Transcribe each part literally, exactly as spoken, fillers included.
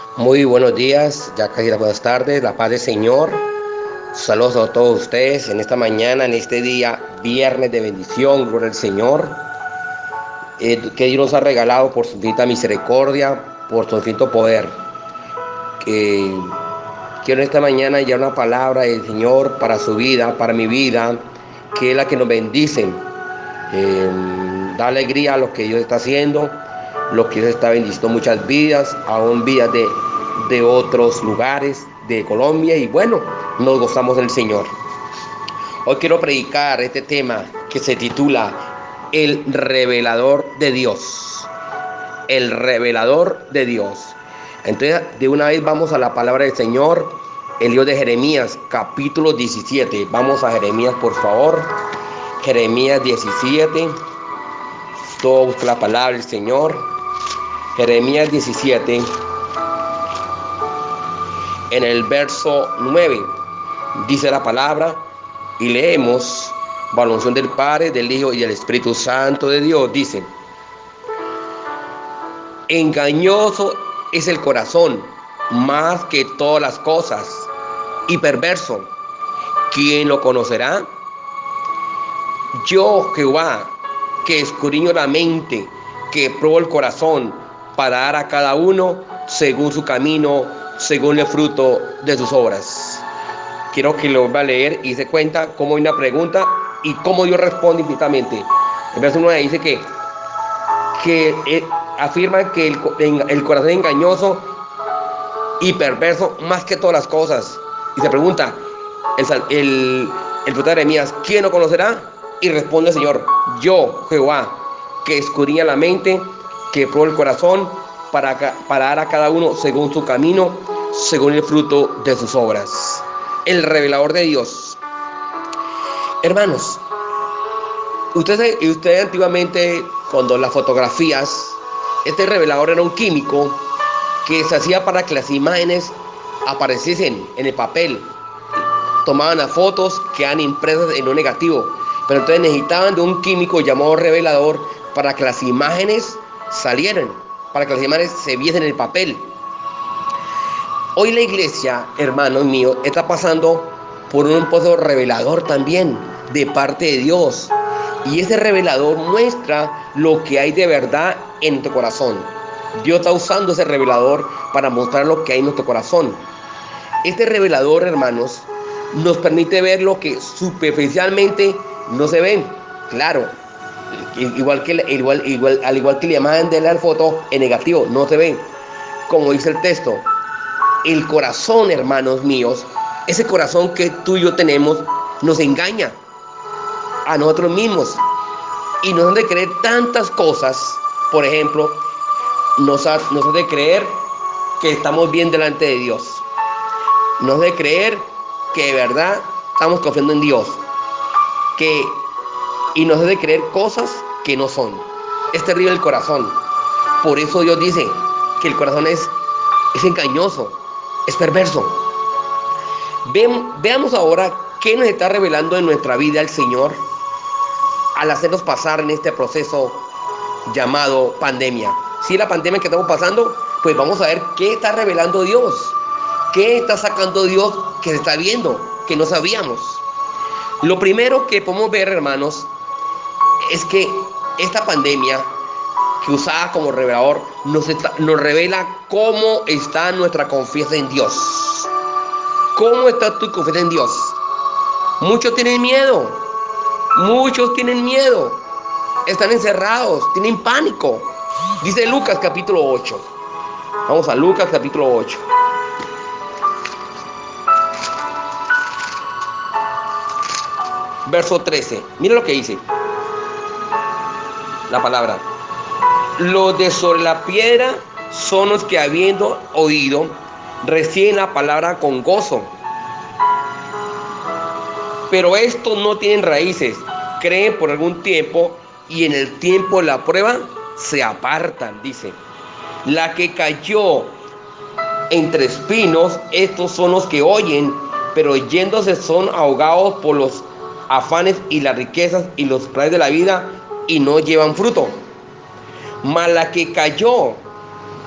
Muy buenos días, ya casi las buenas tardes, la paz del Señor. Saludos a todos ustedes en esta mañana, en este día, viernes de bendición, gloria al Señor. Eh, que Dios nos ha regalado por su infinita misericordia, por su infinito poder. Que quiero en esta mañana ya una palabra del Señor para su vida, para mi vida, que es la que nos bendice. Eh, da alegría a lo que Dios está haciendo, lo que Dios está bendiciendo muchas vidas, aún vidas de, de otros lugares de Colombia, y bueno, nos gozamos del Señor. Hoy quiero predicar este tema que se titula El revelador de Dios. El revelador de Dios. Entonces, de una vez vamos a la palabra del Señor, el libro de Jeremías, capítulo diecisiete. Vamos a Jeremías, por favor. Jeremías diecisiete. Todo busca la palabra del Señor. Jeremías diecisiete, en el verso nueve, dice la palabra, y leemos, bajo la unción del Padre, del Hijo y del Espíritu Santo de Dios, dice: engañoso es el corazón, más que todas las cosas, y perverso, ¿quién lo conocerá? Yo, Jehová, que escudriño la mente, que pruebo el corazón, para dar a cada uno según su camino, según el fruto de sus obras. Quiero que lo vuelva a leer y se cuenta cómo hay una pregunta y cómo Dios responde infinitamente. El verso nueve dice que, que eh, afirma que el, el corazón es engañoso y perverso más que todas las cosas. Y se pregunta el, el, el profeta Jeremías: ¿quién lo conocerá? Y responde el Señor: yo, Jehová, que escudriña la mente, que prueba el corazón, para, para dar a cada uno según su camino, según el fruto de sus obras. El revelador de Dios. Hermanos, ustedes, ustedes antiguamente, cuando las fotografías, este revelador era un químico que se hacía para que las imágenes apareciesen en el papel. Tomaban las fotos, quedaban impresas en lo negativo, pero entonces necesitaban de un químico llamado revelador para que las imágenes salieran, para que las imágenes se viesen en el papel. Hoy la iglesia, hermanos míos, está pasando por un proceso revelador también de parte de Dios, y ese revelador muestra lo que hay de verdad en tu corazón. Dios está usando ese revelador para mostrar lo que hay en nuestro corazón. Este revelador, hermanos, nos permite ver lo que superficialmente no se ve. Claro, igual que, igual, igual, al igual que la imagen de la foto en negativo, no se ve. Como dice el texto, el corazón, hermanos míos, ese corazón que tú y yo tenemos, nos engaña a nosotros mismos y nos hace creer tantas cosas. Por ejemplo, nos, ha, nos hace creer que estamos bien delante de Dios. Nos hace creer que de verdad estamos confiando en Dios, que, y nos hace creer cosas que no son. Es terrible el corazón. Por eso Dios dice que el corazón es, es engañoso, es perverso. Ve, veamos ahora qué nos está revelando en nuestra vida el Señor al hacernos pasar en este proceso llamado pandemia. Si la pandemia que estamos pasando, pues vamos a ver qué está revelando Dios, qué está sacando Dios que se está viendo, que no sabíamos. Lo primero que podemos ver, hermanos, es que esta pandemia que usada como revelador nos, está, nos revela cómo está nuestra confianza en Dios. ¿Cómo está tu confianza en Dios? Muchos tienen miedo, muchos tienen miedo, están encerrados, tienen pánico. Dice Lucas capítulo ocho. Vamos a Lucas capítulo ocho. Verso trece. Mira lo que dice la palabra: los de sobre la piedra son los que, habiendo oído, reciben la palabra con gozo. Pero estos no tienen raíces, creen por algún tiempo y en el tiempo de la prueba se apartan. Dice: la que cayó entre espinos, estos son los que oyen, pero yéndose son ahogados por los afanes y las riquezas y los placeres de la vida, y no llevan fruto. Mas la que cayó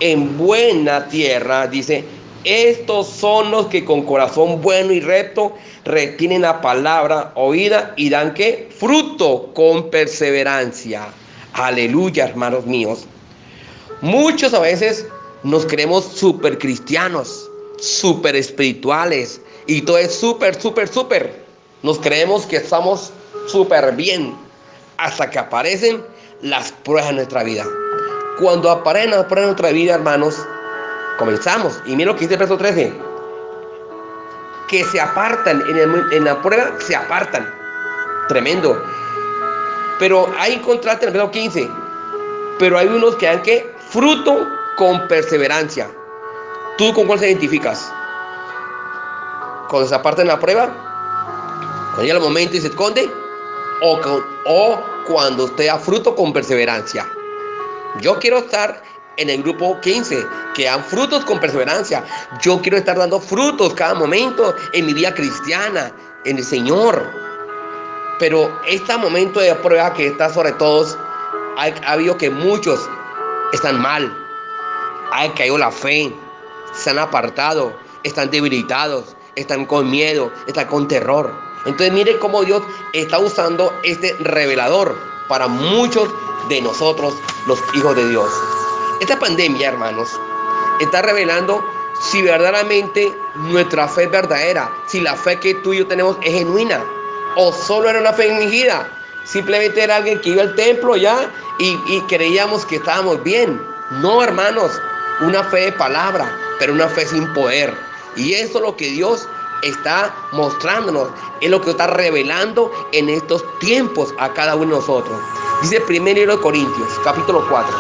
en buena tierra, dice, estos son los que con corazón bueno y recto retienen la palabra oída y dan ¿qué? Fruto con perseverancia. Aleluya, hermanos míos. Muchos a veces nos creemos súper cristianos, súper espirituales, y todo es súper, súper, súper. Nos creemos que estamos súper bien hasta que aparecen las pruebas en nuestra vida. Cuando aparecen las pruebas en nuestra vida, hermanos, comenzamos. Y miren lo que dice el verso trece. Que se apartan, en, el, en la prueba se apartan. Tremendo. Pero hay contraste en el verso quince. Pero hay unos que dan ¿qué? Fruto con perseverancia. ¿Tú con cuál te identificas? ¿Cuando se aparta en la prueba? ¿Cuando llega el momento y se esconde? ¿O, con, o cuando usted da fruto con perseverancia? Yo quiero estar en el grupo quince, que dan frutos con perseverancia. Yo quiero estar dando frutos cada momento en mi vida cristiana, en el Señor. Pero este momento de prueba que está sobre todos, ha, ha habido que muchos están mal, ha caído la fe, se han apartado, están debilitados, están con miedo, están con terror. Entonces mire cómo Dios está usando este revelador para muchos de nosotros, los hijos de Dios. Esta pandemia, hermanos, está revelando si verdaderamente nuestra fe es verdadera, si la fe que tú y yo tenemos es genuina, o solo era una fe fingida. Simplemente era alguien que iba al templo ya y, y creíamos que estábamos bien. No, hermanos, una fe de palabra, pero una fe sin poder. Y eso es lo que Dios está mostrándonos, es lo que está revelando en estos tiempos a cada uno de nosotros. Dice el primer libro de Corintios, capítulo cuatro,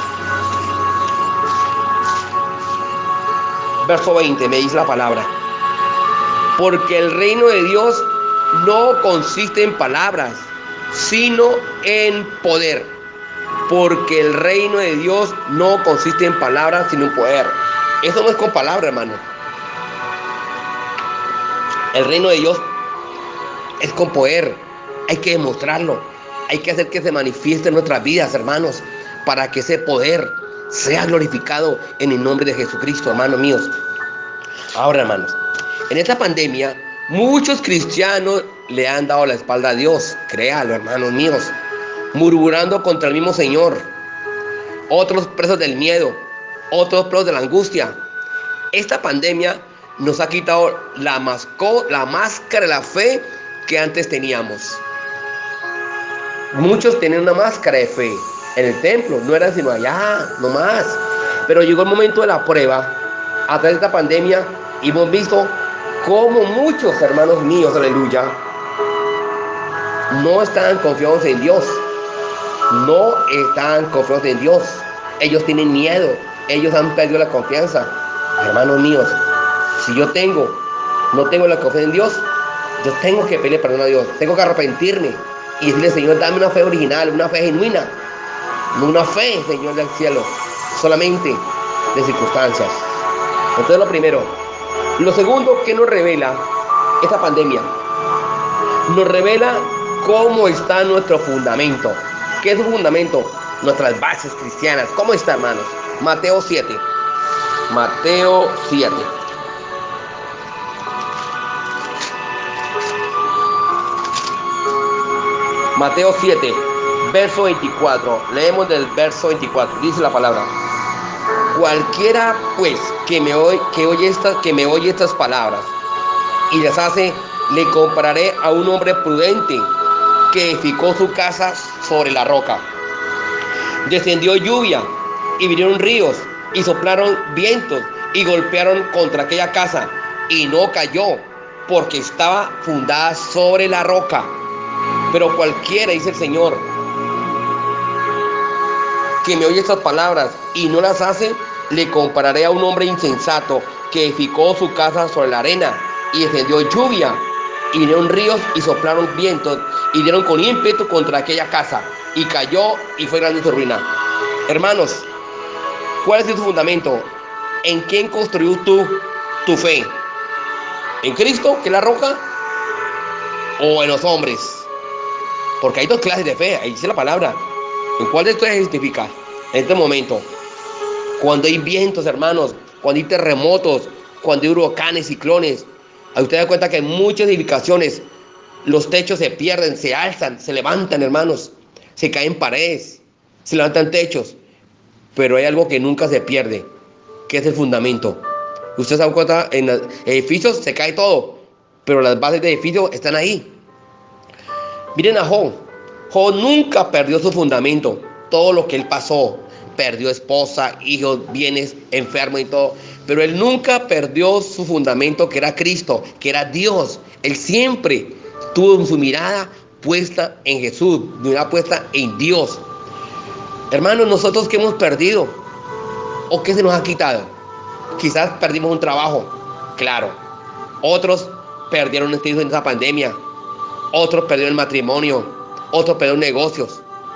verso veinte, me dice la palabra. Porque el reino de Dios no consiste en palabras, sino en poder. Porque el reino de Dios no consiste en palabras, sino en poder. Eso no es con palabras, hermano. El reino de Dios es con poder. Hay que demostrarlo. Hay que hacer que se manifieste en nuestras vidas, hermanos, para que ese poder sea glorificado en el nombre de Jesucristo, hermanos míos. Ahora, hermanos, en esta pandemia, muchos cristianos le han dado la espalda a Dios. Créalo, hermanos míos. Murmurando contra el mismo Señor. Otros presos del miedo. Otros presos de la angustia. Esta pandemia nos ha quitado la, masco, la máscara de la fe que antes teníamos. Muchos tenían una máscara de fe en el templo, no era sino allá, no más. Pero llegó el momento de la prueba, a través de esta pandemia, y hemos visto cómo muchos hermanos míos, aleluya, no estaban confiados en Dios. No estaban confiados en Dios. Ellos tienen miedo, ellos han perdido la confianza. Hermanos míos, si yo tengo, no tengo la confianza en Dios, yo tengo que pedirle perdón a Dios, tengo que arrepentirme y decirle, Señor, dame una fe original, una fe genuina, no una fe, Señor del cielo, solamente de circunstancias. Entonces lo primero. Lo segundo que nos revela esta pandemia, nos revela cómo está nuestro fundamento. ¿Qué es un fundamento? Nuestras bases cristianas. ¿Cómo está, hermanos? Mateo siete. Mateo siete. Mateo siete, verso veinticuatro. Leemos del verso veinticuatro. Dice la palabra. Cualquiera, pues, que me oye, que oye estas, que me oye estas palabras y las hace, le compararé a un hombre prudente que edificó su casa sobre la roca. Descendió lluvia y vinieron ríos y soplaron vientos y golpearon contra aquella casa y no cayó porque estaba fundada sobre la roca. Pero cualquiera, dice el Señor, que me oye estas palabras y no las hace, le compararé a un hombre insensato que edificó su casa sobre la arena y descendió lluvia y vinieron ríos y soplaron vientos y dieron con ímpetu contra aquella casa y cayó y fue grande su ruina. Hermanos, ¿cuál es tu fundamento? ¿En quién construyó tú tu fe? ¿En Cristo, que es la roca? ¿O en los hombres? Porque hay dos clases de fe, ahí dice la palabra. ¿En cuál de estos se identifica en este momento? Cuando hay vientos, hermanos, cuando hay terremotos, cuando hay huracanes, ciclones, a usted da cuenta que en muchas edificaciones los techos se pierden, se alzan, se levantan, hermanos, se caen paredes, se levantan techos, pero hay algo que nunca se pierde, que es el fundamento. Usted se da cuenta, en los edificios se cae todo, pero las bases de edificio están ahí. Miren a Job. Job nunca perdió su fundamento. Todo lo que él pasó, perdió esposa, hijos, bienes, enfermo y todo, pero él nunca perdió su fundamento, que era Cristo, que era Dios. Él siempre tuvo su mirada puesta en Jesús, mirada puesta en Dios. Hermanos, nosotros, ¿qué hemos perdido? ¿O qué se nos ha quitado? Quizás perdimos un trabajo, claro. Otros perdieron este hijo en esa pandemia. Otros perdieron el matrimonio. Otros perdieron negocios.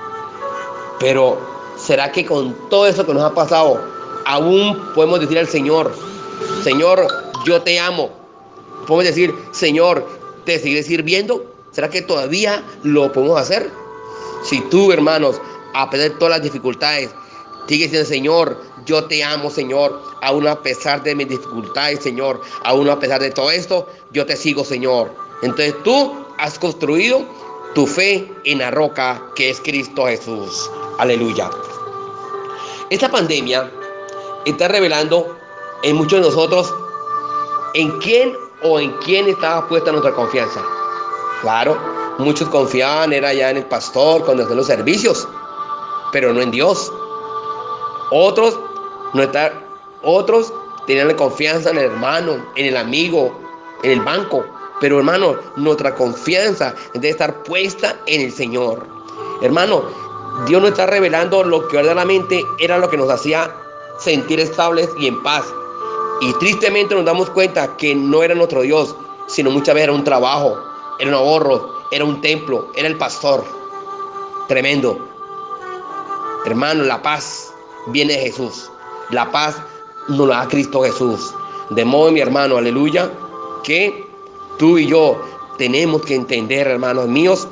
Pero, ¿será que con todo eso que nos ha pasado, aún podemos decir al Señor: Señor, yo te amo? Podemos decir: Señor, ¿te seguiré sirviendo? ¿Será que todavía lo podemos hacer? Si tú, hermanos, a pesar de todas las dificultades, sigues diciendo: Señor, yo te amo, Señor, aún a pesar de mis dificultades, Señor, aún a pesar de todo esto, yo te sigo, Señor. Entonces tú has construido tu fe en la roca que es Cristo Jesús. Aleluya. Esta pandemia está revelando en muchos de nosotros en quién o en quién estaba puesta nuestra confianza. Claro, muchos confiaban, era ya en el pastor cuando hacían los servicios, pero no en Dios. Otros, no está, otros tenían la confianza en el hermano, en el amigo, en el banco. Pero, hermano, nuestra confianza debe estar puesta en el Señor. Hermano, Dios nos está revelando lo que verdaderamente era lo que nos hacía sentir estables y en paz. Y tristemente nos damos cuenta que no era nuestro Dios, sino muchas veces era un trabajo, era un ahorro, era un templo, era el pastor. Tremendo. Hermano, la paz viene de Jesús. La paz nos la da Cristo Jesús. De modo, mi hermano, aleluya, que tú y yo tenemos que entender, hermanos míos,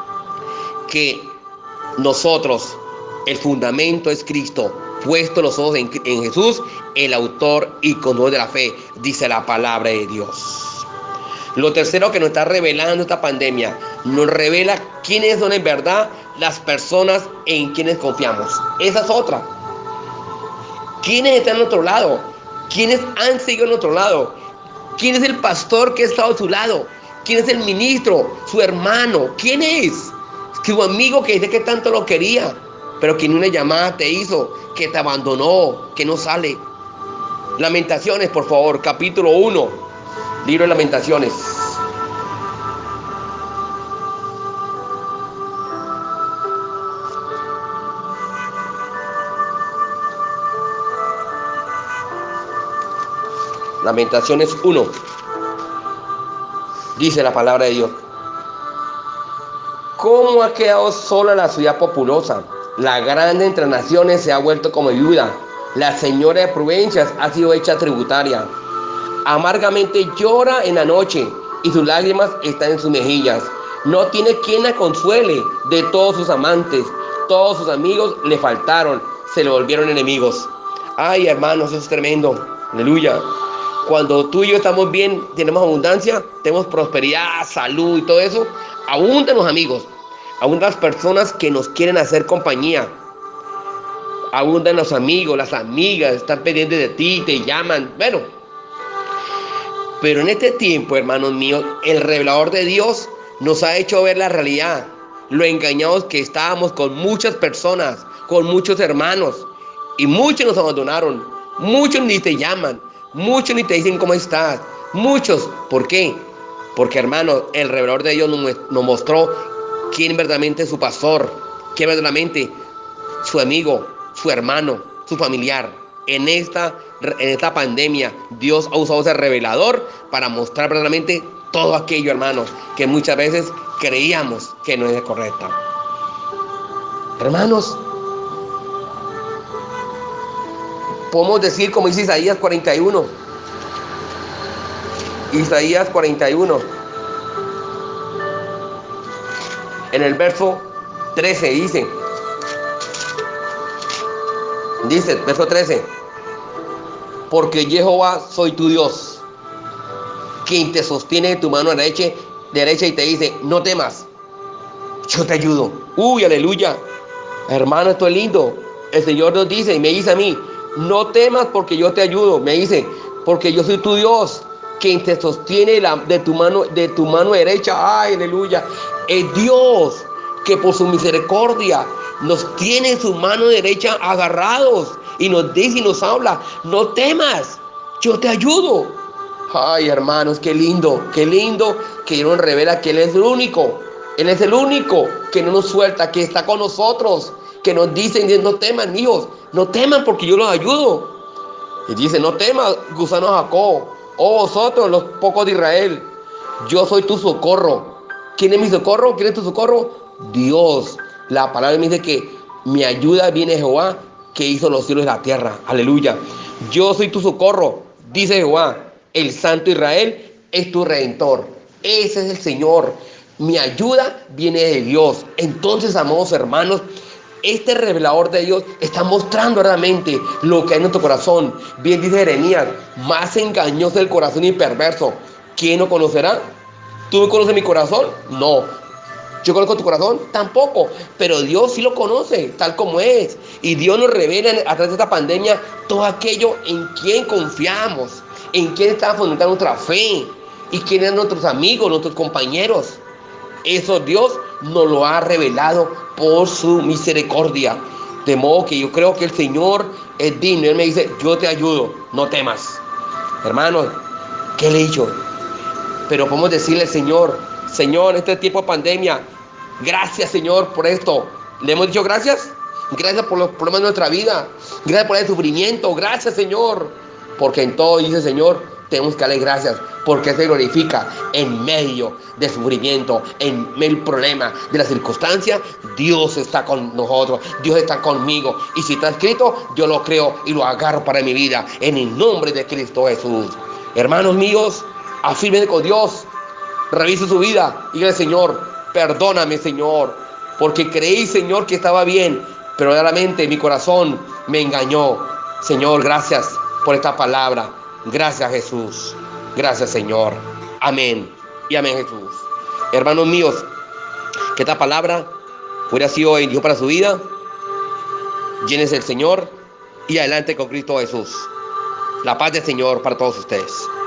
que nosotros, el fundamento es Cristo, puesto los ojos en, en Jesús, el autor y conductor de la fe, dice la palabra de Dios. Lo tercero que nos está revelando esta pandemia, nos revela quiénes son en verdad las personas en quienes confiamos. Esa es otra. ¿Quiénes están a nuestro lado? ¿Quiénes han seguido a nuestro lado? ¿Quién es el pastor que ha estado a su lado? ¿Quién es el ministro? ¿Su hermano? ¿Quién es? Su amigo que dice que tanto lo quería, pero que ni una llamada te hizo, que te abandonó, que no sale. Lamentaciones, por favor, capítulo uno, libro de Lamentaciones. Lamentaciones uno. Dice la palabra de Dios: ¿cómo ha quedado sola la ciudad populosa? La grande entre naciones se ha vuelto como viuda. La señora de provincias ha sido hecha tributaria. Amargamente llora en la noche y sus lágrimas están en sus mejillas. No tiene quien la consuele de todos sus amantes. Todos sus amigos le faltaron, se le volvieron enemigos. Ay, hermanos, eso es tremendo. Aleluya. Cuando tú y yo estamos bien, tenemos abundancia, tenemos prosperidad, salud y todo eso, abundan los amigos, abundan las personas que nos quieren hacer compañía, abundan los amigos, las amigas, están pendientes de ti, te llaman, bueno. Pero en este tiempo, hermanos míos, el revelador de Dios nos ha hecho ver la realidad, lo engañados que estábamos con muchas personas, con muchos hermanos, y muchos nos abandonaron, muchos ni te llaman. Muchos ni te dicen cómo estás. Muchos. ¿Por qué? Porque, hermano, el revelador de Dios nos, nos mostró quién verdaderamente es su pastor, quién verdaderamente su amigo, su hermano, su familiar. En esta, en esta pandemia, Dios ha usado ese revelador para mostrar verdaderamente todo aquello, hermano, que muchas veces creíamos que no es correcto. Hermanos, podemos decir como dice Isaías cuarenta y uno. Isaías cuarenta y uno. En el verso trece dice. Dice, verso trece. porque Jehová soy tu Dios, quien te sostiene de tu mano derecha, derecha y te dice, no temas, yo te ayudo. Uy, aleluya. Hermano, esto es lindo. El Señor nos dice y me dice a mí, no temas porque yo te ayudo. Me dice, porque yo soy tu Dios, quien te sostiene la, de, tu mano, de tu mano derecha. Ay, aleluya. Es Dios que por su misericordia nos tiene en su mano derecha agarrados y nos dice y nos habla, no temas, yo te ayudo. Ay, hermanos, qué lindo, qué lindo que Él nos revela que Él es el único. Él es el único que no nos suelta, que está con nosotros, que nos dice, no teman, hijos, no teman porque yo los ayudo. Y dice, no temas, gusano Jacob, oh vosotros, los pocos de Israel, yo soy tu socorro. ¿Quién es mi socorro? ¿Quién es tu socorro? Dios. La palabra me dice que mi ayuda viene de Jehová, que hizo los cielos y la tierra. Aleluya. Yo soy tu socorro, dice Jehová. El Santo Israel es tu redentor. Ese es el Señor. Mi ayuda viene de Dios. Entonces, amados hermanos, este revelador de Dios está mostrando realmente lo que hay en nuestro corazón. Bien dice Jeremías, más engañoso el corazón y perverso. ¿Quién lo conocerá? ¿Tú conoces mi corazón? No. ¿Yo conozco tu corazón? Tampoco. Pero Dios sí lo conoce, tal como es. Y Dios nos revela a través de esta pandemia todo aquello en quien confiamos, en quien está fundamentada nuestra fe y quiénes son nuestros amigos, nuestros compañeros. Eso Dios nos lo ha revelado por su misericordia. De modo que yo creo que el Señor es digno. Él me dice, yo te ayudo, no temas. Hermanos, ¿qué le he dicho? Pero podemos decirle al Señor, Señor, en este tiempo de pandemia, gracias, Señor, por esto. ¿Le hemos dicho gracias? Gracias por los problemas de nuestra vida. Gracias por el sufrimiento. Gracias, Señor. Porque en todo, dice el Señor, tenemos que darle gracias, porque se glorifica en medio del sufrimiento, en el problema de la circunstancia. Dios está con nosotros, Dios está conmigo. Y si está escrito, yo lo creo y lo agarro para mi vida, en el nombre de Cristo Jesús. Hermanos míos, afirmen con Dios, revise su vida y dígale, Señor, perdóname, Señor, porque creí, Señor, que estaba bien, pero realmente mi corazón me engañó. Señor, gracias por esta palabra. Gracias, Jesús. Gracias, Señor. Amén. Y amén, Jesús. Hermanos míos, que esta palabra hubiera sido bendición para su vida. Llénese el Señor y adelante con Cristo Jesús. La paz del Señor para todos ustedes.